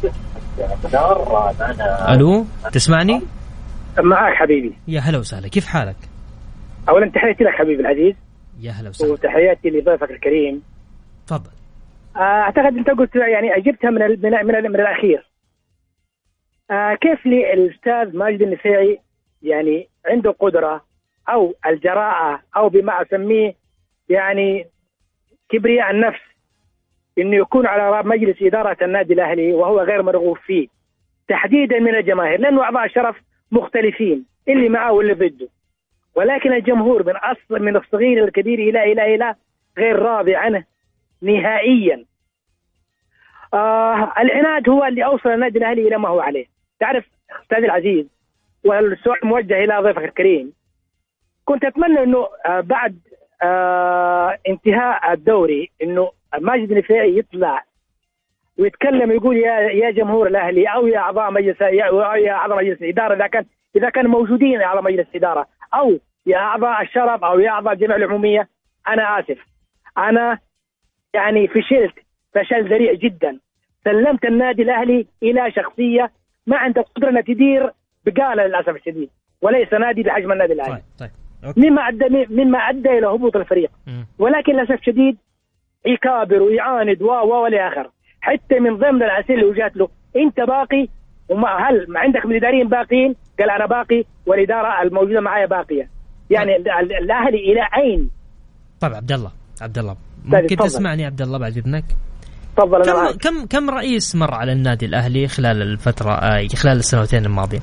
Speaker 3: ألو تسمعني؟
Speaker 6: معك حبيبي.
Speaker 3: يا هلا وسهلا، كيف حالك؟
Speaker 6: أولا تحياتي لك حبيبي العزيز.
Speaker 3: يا هلا وسهلا.
Speaker 6: وتحياتي لضيفك الكريم.
Speaker 3: تفضل.
Speaker 6: أعتقد أنت قلت يعني أجبتها من ال من ال من الأخير. آه كيف لي الأستاذ ماجد النفيعي يعني عنده قدرة أو الجراءة أو بما أسميه يعني كبرياء النفس إنه يكون على مجلس إدارة النادي الأهلي وهو غير مرغوب فيه تحديدا من الجماهير، لأنه أعضاء الشرف مختلفين اللي معه واللي ضده، ولكن الجمهور من أصل من الصغير الكبير إلى إلى إلى غير راضي عنه نهائيا. آه العناد هو اللي أوصل النادي الأهلي إلى ما هو عليه. تعرف أستاذ العزيز، والسؤال موجه إلى ضيفك الكريم، كنت أتمنى إنه آه بعد آه انتهاء الدوري إنه ماجد النفيعي يطلع ويتكلم يقول يا يا جمهور الأهلي أو يا أعضاء مجلس يا يا أعضاء مجلس الإدارة إذا كان إذا كانوا موجودين على مجلس الإدارة، أو يا أعضاء الشرف أو يا أعضاء الجمعية العمومية، أنا آسف، أنا يعني فشلت فشل ذريع جدا. سلمت النادي الأهلي إلى شخصية ما عندها قدرة أن تدير بقالة للأسف الشديد، وليس نادي بحجم النادي الأهلي.
Speaker 3: طيب. طيب.
Speaker 6: مما أدى مما أدى إلى هبوط الفريق، ولكن للأسف الشديد يكابر ويعاند و و والى آخر. حتى من ضمن الأسئلة اللي وجهت له أنت باقي وما هل ما عندك من الإداريين باقيين؟ قال أنا باقي والإدارة الموجودة معايا باقية. يعني الأهلي إلى أين؟
Speaker 3: طيب عبد الله عبد الله ممكن تسمعني عبد الله بعد إذنك؟
Speaker 6: تفضل.
Speaker 3: كم كم كم رئيس مر على النادي الأهلي خلال الفترة آه خلال السنتين الماضية؟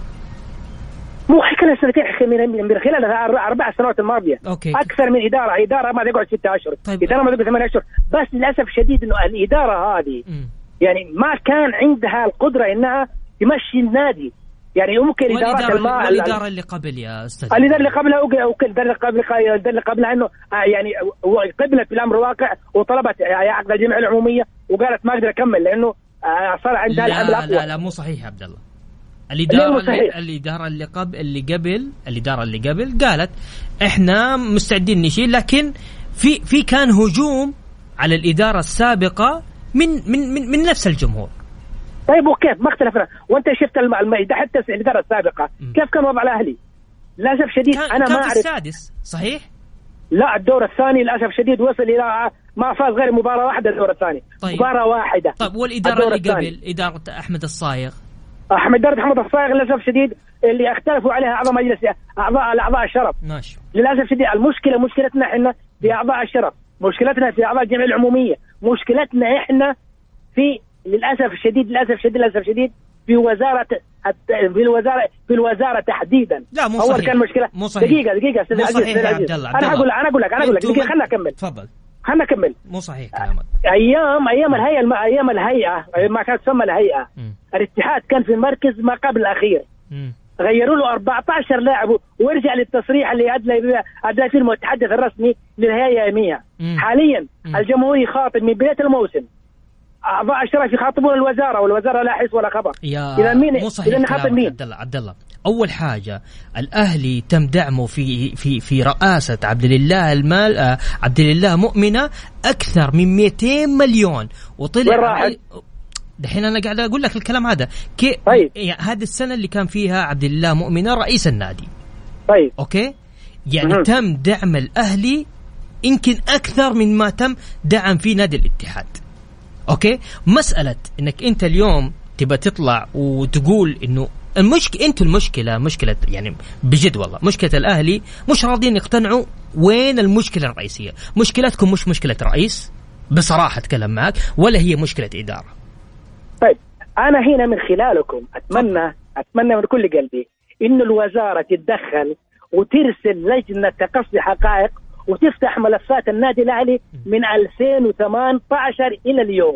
Speaker 6: مو خلال السنتين، من خلال أربع سنوات الماضية.
Speaker 3: أوكي.
Speaker 6: أكثر من إدارة إدارة ما تقعد ستة أشهر.
Speaker 3: طيب.
Speaker 6: إدارة ما تقعد ثمانية أشهر. بس للأسف شديد إنه الإدارة هذه م. يعني ما كان عندها القدرة إنها تمشي النادي. يعني ممكن إدارة
Speaker 3: الماء الإدارة اللي قبل يا أستاذ
Speaker 6: الإدارة اللي قبلها وكل الإدارة اللي قبل الإدارة اللي قبلها إنه يعني قبلت في الأمر واقع وطلبت عقد الجمعية العمومية وقالت ما أقدر أكمل لأنه صار عندها الحمل أقوى.
Speaker 3: لا لا مو صحيح عبد الله. الإدارة اللي الإدارة اللي قبل اللي قبل الإدارة اللي قبل قالت إحنا مستعدين نشيل، لكن في في كان هجوم على الإدارة السابقة من من من, من نفس الجمهور.
Speaker 6: طيب وكيف ما اختلفنا؟ وانت شفت الميدان حتى الاداره السابقه م. كيف كان وضع الاهلي؟ للاسف شديد
Speaker 3: كان
Speaker 6: انا
Speaker 3: كان
Speaker 6: ما اعرف.
Speaker 3: السادس صحيح؟
Speaker 6: لا الدور الثاني للاسف شديد وصل الى ما فاز غير مباراه واحده الدور الثاني.
Speaker 3: طيب.
Speaker 6: مباراه واحده.
Speaker 3: طيب والاداره اللي الثاني. قبل اداره احمد الصايغ
Speaker 6: احمد اداره احمد الصايغ للاسف شديد اللي اختلفوا عليها اعضاء مجلس اعضاء الاعضاء الشرف.
Speaker 3: ماشي.
Speaker 6: للاسف شديد المشكله مشكلتنا احنا في اعضاء الشرف، مشكلتنا في اعضاء الجمعيه العموميه، مشكلتنا احنا في للاسف الشديد للاسف شديد للاسف شديد في وزاره في الوزاره في الوزاره تحديدا.
Speaker 3: لا مو صحيح.
Speaker 6: اول كان مشكله
Speaker 3: مو صحيح.
Speaker 6: دقيقه دقيقه استاذ
Speaker 3: عزيز عبد الله
Speaker 6: انا اقول انا اقول لك انا اقول لك دقيقه خلنا اكمل.
Speaker 3: تفضل.
Speaker 6: خلنا اكمل.
Speaker 3: مو صحيح كلامك.
Speaker 6: ايام ايام الهيئه الم... ايام الهيئه ما كانت تسمى الهيئه م. الاتحاد كان في المركز ما قبل الاخير. م. غيروا له أربعة عشر لاعب ورجع للتصريح اللي ادلى ادلى فيه المتحدث الرسمي للهيئه يوميا. حاليا م. الجمهور يخاطب من بدايه الموسم، اعضاء الشرف يخاطبون الوزاره والوزاره لا حس ولا خبر.
Speaker 3: اذا مين اذا نخاطب مين؟ عبد الله عبد الله اول حاجه الاهلي تم دعمه في في في رئاسه عبد الله المال آه عبد الله مؤمنه اكثر من مئتين مليون وطلع دحين انا قاعد اقول لك الكلام هذا كي
Speaker 6: طيب.
Speaker 3: يعني هذه السنه اللي كان فيها عبد الله مؤمنه رئيس النادي.
Speaker 6: طيب
Speaker 3: اوكي يعني م- تم دعم الاهلي يمكن اكثر من ما تم دعم في نادي الاتحاد. اوكي مساله انك انت اليوم تبى تطلع وتقول انه المشكله انتوا المشكله مشكله يعني بجد والله مشكله الاهلي مش راضيين يقتنعوا. وين المشكله الرئيسيه؟ مشكلتكم مش مشكله رئيس بصراحه اتكلم معك ولا هي مشكله اداره.
Speaker 6: طيب انا هنا من خلالكم اتمنى اتمنى من كل قلبي انه الوزاره تتدخل وترسل لجنه تقصي حقائق وتفتح ملفات النادي الأهلي من ألفين وثمانية عشر إلى اليوم.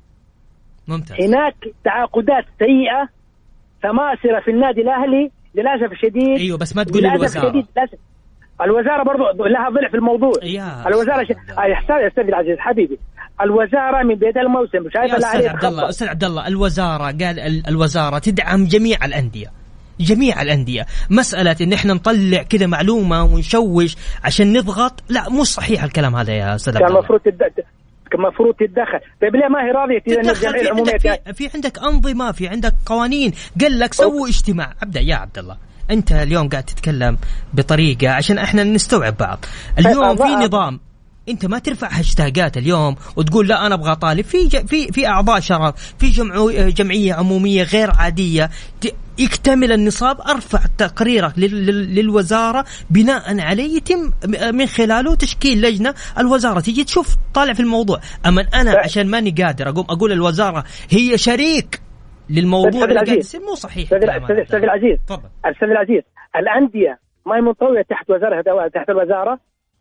Speaker 3: ممتاز.
Speaker 6: هناك تعاقدات سيئة سماسرة في النادي الأهلي للأسف الشديد.
Speaker 3: أيوة بس ما تقول الوزارة.
Speaker 6: الوزارة برضو لها ضلع في الموضوع. الوزارة ش... يحتاج أستاذ العزيز حبيبي الوزارة من بداية الموسم شايف
Speaker 3: الأهلي. أستاذ عبد الله أستاذ عبد الله الوزارة قال الوزارة تدعم جميع الأندية جميع الأندية. مسألة إن إحنا نطلع كذا معلومة ونشوش عشان نضغط لا مو صحيح الكلام هذا يا أستاذ عبد الله.
Speaker 6: كان المفروض تد... كان المفروض تتدخل. طيب ليه ما هي راضية
Speaker 3: تتدخل؟ في عندك, في... في عندك أنظمة في عندك قوانين قال لك سووا اجتماع. أبدأ يا عبد الله أنت اليوم قاعد تتكلم بطريقة عشان إحنا نستوعب بعض. اليوم في نظام انت ما ترفع هاشتاجات اليوم وتقول لا انا ابغى طالب في ج... في في اعضاء شرف في جمعو... جمعيه عموميه غير عاديه ت... يكتمل النصاب ارفع تقريرك لل... لل... للوزاره بناء عليه يتم من خلاله تشكيل لجنه الوزاره تيجي تشوف طالع في الموضوع. اما انا عشان ماني قادر اقوم اقول الوزاره هي شريك للموضوع اللي قاعد يصير مو صحيح.
Speaker 6: استاذ العزيز
Speaker 3: تفضل
Speaker 6: استاذ العزيز الانديه ما هي منطويه تحت وزاره تحت الوزاره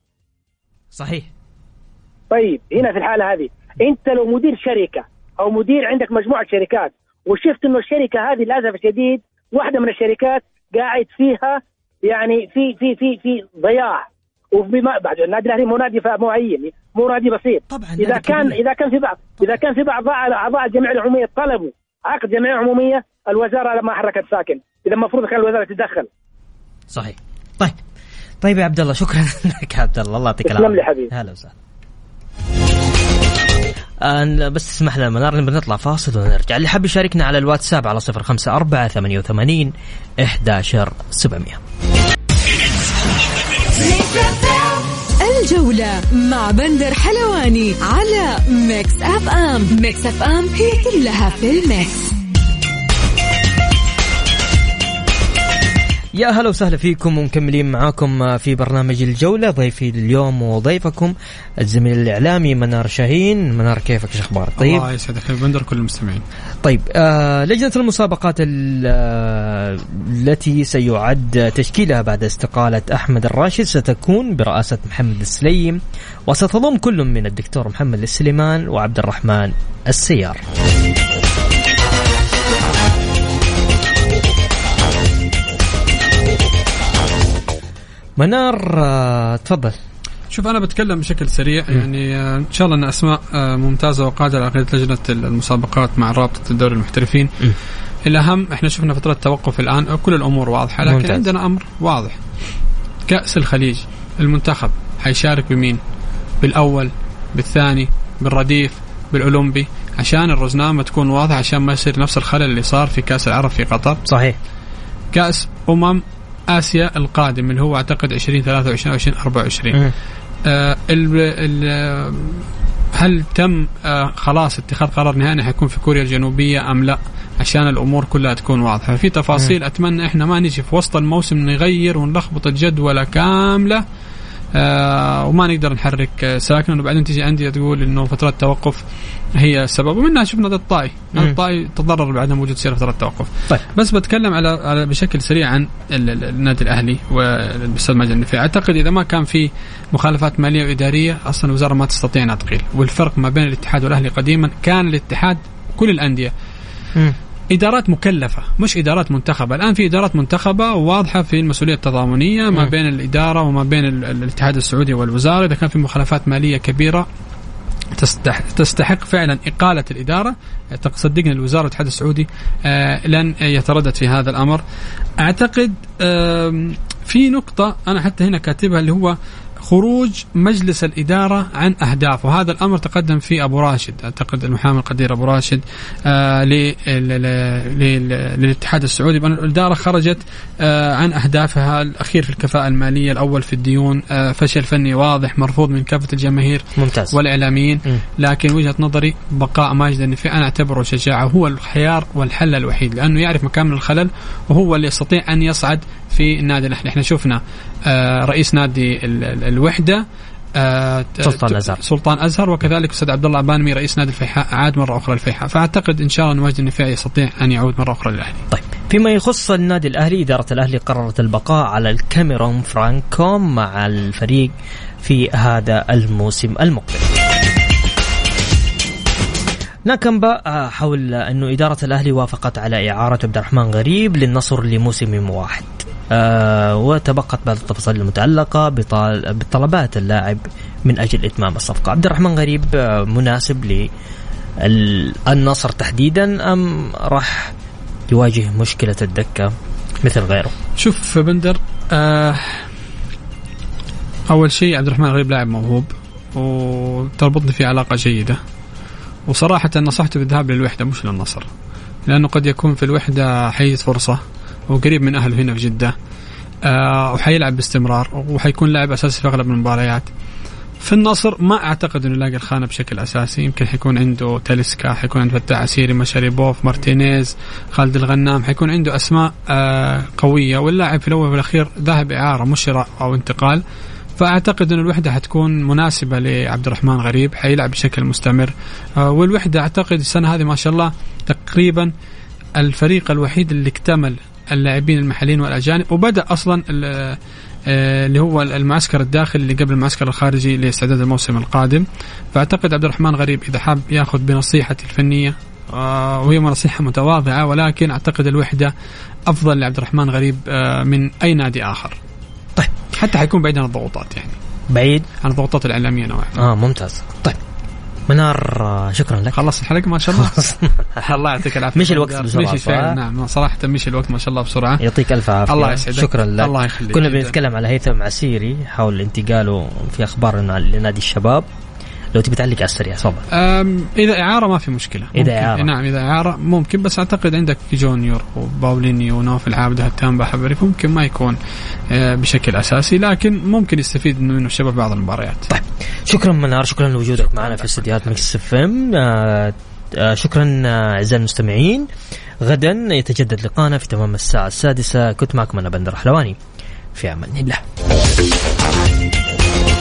Speaker 3: صحيح.
Speaker 6: طيب هنا في الحالة هذه أنت لو مدير شركة أو مدير عندك مجموعة شركات وشفت إنه الشركة هذه للأسف الشديد واحدة من الشركات قاعد فيها يعني في في في في ضياع وبما بعد النادي الأهلي مو نادي معين مو نادي بسيط.
Speaker 3: طبعا
Speaker 6: إذا كان
Speaker 3: كبير.
Speaker 6: إذا كان في بعض إذا كان في بعض أعضاء الجمعية العمومية طلبوا عقد جمعية عمومية الوزارة ما حركت ساكن. إذا المفروض كان الوزارة تتدخل.
Speaker 3: صحيح. طيب طيب يا عبد الله شكرا لك يا عبد الله الله يعطيك
Speaker 6: العافية. تسلم لي حبيبي.
Speaker 3: هلا وسهلا. أنا بس اسمح لنا منار بنطلع فاصل ونرجع. اللي حاب يشاركنا على الواتساب على صفر خمسة أربعة ثمانية وثمانين أحد عشر سبعمية.
Speaker 4: الجولة مع بندر حلواني على ميكس أف أم. ميكس أف أم هي كلها في الميكس.
Speaker 3: يا هلا وسهلا فيكم ومكملين معاكم في برنامج الجولة. ضيفي اليوم وضيفكم الزميل الإعلامي منار شاهين. منار كيفك؟ ايش اخبارك؟ طيب
Speaker 5: الله يسعدك بندر كل المستمعين.
Speaker 3: طيب آه لجنة المسابقات آه التي سيعد تشكيلها بعد استقالة أحمد الراشد ستكون برئاسة محمد السليم، وستضم كل من الدكتور محمد السليمان وعبد الرحمن السيار. منار آه، تفضل.
Speaker 5: شوف أنا بتكلم بشكل سريع م. يعني آه إن شاء الله أن أسماء آه ممتازة وقادرة على قيادة لجنة المسابقات مع رابطة الدوري المحترفين. م. الأهم إحنا شفنا فترة توقف الآن كل الأمور واضحة، لكن ممتاز. عندنا أمر واضح، كأس الخليج المنتخب حيشارك بمين؟ بالأول، بالثاني، بالرديف، بالأولمبي، عشان الرزنامة تكون واضحة، عشان ما يصير نفس الخلل اللي صار في كأس العرب في قطر.
Speaker 3: صحيح.
Speaker 5: كأس أمم آسيا القادم اللي هو أعتقد عشرين ثلاثة وعشرين عشرين أربعة وعشرين. آه ال ال هل تم آه خلاص اتخاذ قرار نهائي حيكون في كوريا الجنوبية أم لا؟ عشان الأمور كلها تكون واضحة. في تفاصيل م. أتمنى إحنا ما نيجي في وسط الموسم نغير ونلخبط الجدولة كاملة آه وما نقدر نحرك آه ساكنا، وبعدين تيجي عندي تقول إنه فترة توقف هي السبب، ومنها شفنا ضد الطائي الطائي تضرر بعدم وجود سيرة فترة توقف. طيب. بس بتكلم على, على بشكل سريع عن النادي الأهلي والأستاذ ماجد النفيعي. أعتقد إذا ما كان في مخالفات مالية وإدارية أصلا الوزارة ما تستطيع أن تقيل. والفرق ما بين الاتحاد والأهلي قديما كان الاتحاد كل الأندية م. إدارات مكلفة مش إدارات منتخبة. الآن في إدارات منتخبة واضحة في المسؤولية التضامنية ما بين الإدارة وما بين الاتحاد السعودي والوزارة. إذا كان في مخالفات مالية كبيرة تستحق فعلا إقالة الإدارة، تصدقني الوزارة والاتحاد السعودي آه لن يتردد في هذا الأمر. أعتقد آه في نقطة أنا حتى هنا كاتبها اللي هو خروج مجلس الإدارة عن أهداف، وهذا الأمر تقدم فيه أبو راشد، أعتقد المحامي القدير أبو راشد آه للاتحاد السعودي بأن الإدارة خرجت آه عن أهدافها الأخير في الكفاءة المالية، الأول في الديون، آه فشل فني واضح مرفوض من كافة الجماهير ممتاز. والإعلاميين م. لكن وجهة نظري بقاء ماجد النفيعي أنا أعتبره شجاعة، هو الخيار والحل الوحيد، لأنه يعرف مكان الخلل وهو اللي يستطيع أن يصعد في النادي الأهلي. احنا شفنا آه رئيس نادي الوحدة آه
Speaker 3: سلطان أزهر
Speaker 5: سلطان أزهر وكذلك أستاذ عبد الله عبانمي رئيس نادي الفيحاء عاد مرة أخرى الفيحاء، فأعتقد إن شاء الله ماجد النفيعي يستطيع أن يعود مرة أخرى للأهلي.
Speaker 3: طيب فيما يخص النادي الأهلي، إدارة الأهلي قررت البقاء على الكاميرون فرانكوم مع الفريق في هذا الموسم المقبل. ناكمبا حول أنه إدارة الأهلي وافقت على إعارة عبد الرحمن غريب للنصر لموسم واحد، آه وتبقت بعض التفاصيل المتعلقة بطلبات اللاعب من أجل إتمام الصفقة. عبد الرحمن غريب آه مناسب للنصر تحديدا أم راح يواجه مشكلة الدكة مثل غيره؟
Speaker 5: شوف بندر، آه أول شيء عبد الرحمن غريب لاعب موهوب وتربطني في علاقة جيدة، وصراحة نصحته بالذهاب للوحدة مش للنصر، لأنه قد يكون في الوحدة حيز فرصة وقريب من أهله هنا في جدة آه وحيلعب باستمرار وحيكون لاعب أساسي في أغلب المباريات. في النصر ما أعتقد أنه يلاقي الخانة بشكل أساسي، يمكن حيكون عنده تاليسكا، حيكون عنده فتاح عسيري، مشاريبوف، مارتينيز، خالد الغنام، حيكون عنده أسماء آه قوية، واللاعب في الأول والأخير ذهب إعارة مش شراء أو انتقال. فأعتقد أن الوحدة حتكون مناسبة لعبد الرحمن غريب، حيلعب بشكل مستمر آه والوحدة أعتقد السنة هذه ما شاء الله تقريبا الفريق الوحيد اللي اكتمل اللاعبين المحليين والأجانب، وبدأ أصلا اللي هو المعسكر الداخلي اللي قبل المعسكر الخارجي لاستعداد الموسم القادم. فأعتقد عبد الرحمن غريب إذا حاب يأخذ بنصيحة الفنية وهي نصيحة متواضعة، ولكن أعتقد الوحدة أفضل لعبد الرحمن غريب من أي نادي آخر.
Speaker 3: طيب
Speaker 5: حتى حيكون بعيد عن الضغوطات، يعني
Speaker 3: بعيد
Speaker 5: عن الضغوطات الإعلامية نوعا.
Speaker 3: آه ممتاز. طيب منار شكرا لك.
Speaker 5: خلص الحلقة ما شاء الله. الله يعطيك العافية.
Speaker 3: مش الوقت بسرعة.
Speaker 5: نعم صراحة مش الوقت ما شاء الله بسرعة.
Speaker 3: يعطيك ألف عافية.
Speaker 5: الله يسعدك.
Speaker 3: شكرا لك.
Speaker 5: الله يخليك.
Speaker 3: كنا بنتكلم على هيثم عسيري حول انتقاله في أخبار لنادي الشباب. لو تبي تعلق على السريع تفضل.
Speaker 5: اذا اعاره ما في مشكله.
Speaker 3: اذا اعاره
Speaker 5: نعم اذا اعاره ممكن، بس اعتقد عندك جونيور وباولينيو ونوف العابد هتان حبري ممكن ما يكون بشكل اساسي، لكن ممكن يستفيد منه الشباب بعض المباريات.
Speaker 3: طيب شكرا منار، شكرا لوجودك معنا في استديوهات ميكس اف ام. شكرا اعزائي المستمعين، غدا يتجدد لقانا في تمام الساعه السادسه. كنت معكم انا بندر حلواني، في امان الله.